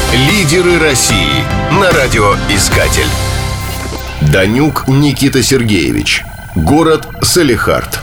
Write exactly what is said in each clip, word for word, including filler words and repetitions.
Лидеры России на радиоискатель. Данюк Никита Сергеевич. Город Салехард.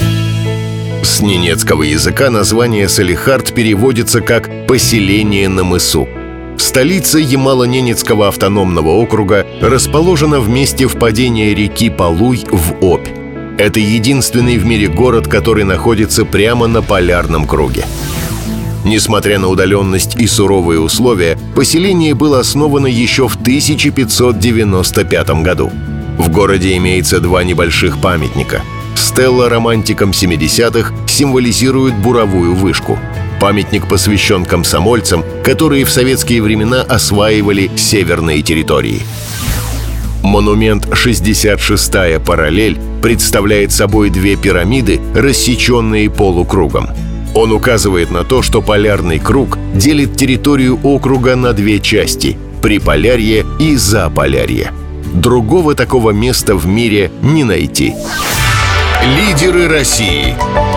С ненецкого языка название Салехард переводится как «поселение на мысу». Столица Ямало-Ненецкого автономного округа расположена в месте впадения реки Полуй в Обь. Это единственный в мире город, который находится прямо на полярном круге. Несмотря на удаленность и суровые условия, поселение было основано еще в тысяча пятьсот девяносто пятом году. В городе имеется два небольших памятника. Стелла романтикам семидесятых символизирует буровую вышку. Памятник посвящен комсомольцам, которые в советские времена осваивали северные территории. Монумент шестьдесят шестая параллель представляет собой две пирамиды, рассеченные полукругом. Он указывает на то, что полярный круг делит территорию округа на две части – Приполярье и Заполярье. Другого такого места в мире не найти. Лидеры России.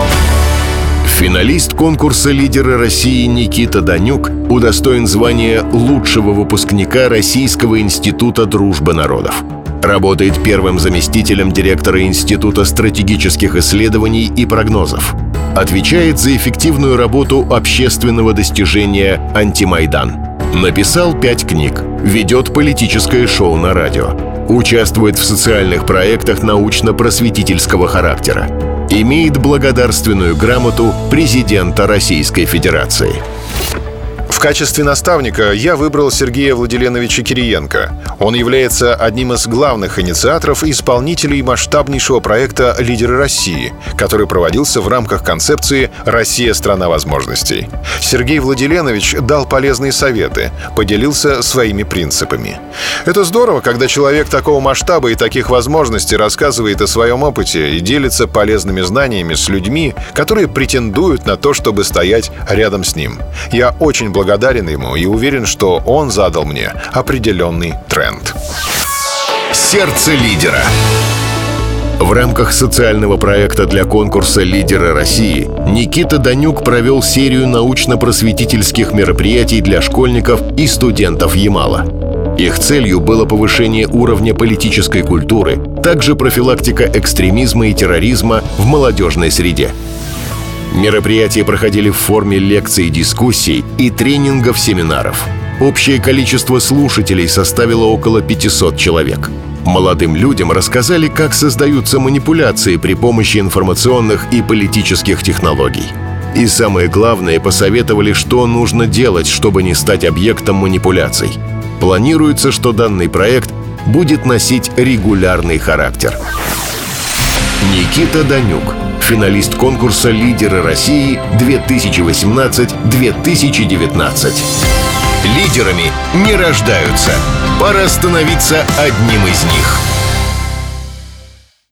Финалист конкурса «Лидеры России» Никита Данюк удостоен звания лучшего выпускника Российского института дружбы народов. Работает первым заместителем директора Института стратегических исследований и прогнозов. Отвечает за эффективную работу общественного достижения «Антимайдан». Написал пять книг, ведет политическое шоу на радио. Участвует в социальных проектах научно-просветительского характера. Имеет благодарственную грамоту президента Российской Федерации. В качестве наставника я выбрал Сергея Владиленовича Кириенко. Он является одним из главных инициаторов и исполнителей масштабнейшего проекта «Лидеры России», который проводился в рамках концепции «Россия – страна возможностей». Сергей Владиленович дал полезные советы, поделился своими принципами. Это здорово, когда человек такого масштаба и таких возможностей рассказывает о своем опыте и делится полезными знаниями с людьми, которые претендуют на то, чтобы стоять рядом с ним. Я очень благодарен благодарен ему и уверен, что он задал мне определенный тренд. Сердце лидера. В рамках социального проекта для конкурса «Лидеры России» Никита Данюк провел серию научно-просветительских мероприятий для школьников и студентов Ямала. Их целью было повышение уровня политической культуры, также профилактика экстремизма и терроризма в молодежной среде. Мероприятия проходили в форме лекций, дискуссий и тренингов-семинаров. Общее количество слушателей составило около пятисот человек. Молодым людям рассказали, как создаются манипуляции при помощи информационных и политических технологий. И самое главное, посоветовали, что нужно делать, чтобы не стать объектом манипуляций. Планируется, что данный проект будет носить регулярный характер. Никита Данюк. Финалист конкурса «Лидеры России» две тысячи восемнадцать — две тысячи девятнадцать. Лидерами не рождаются. Пора становиться одним из них.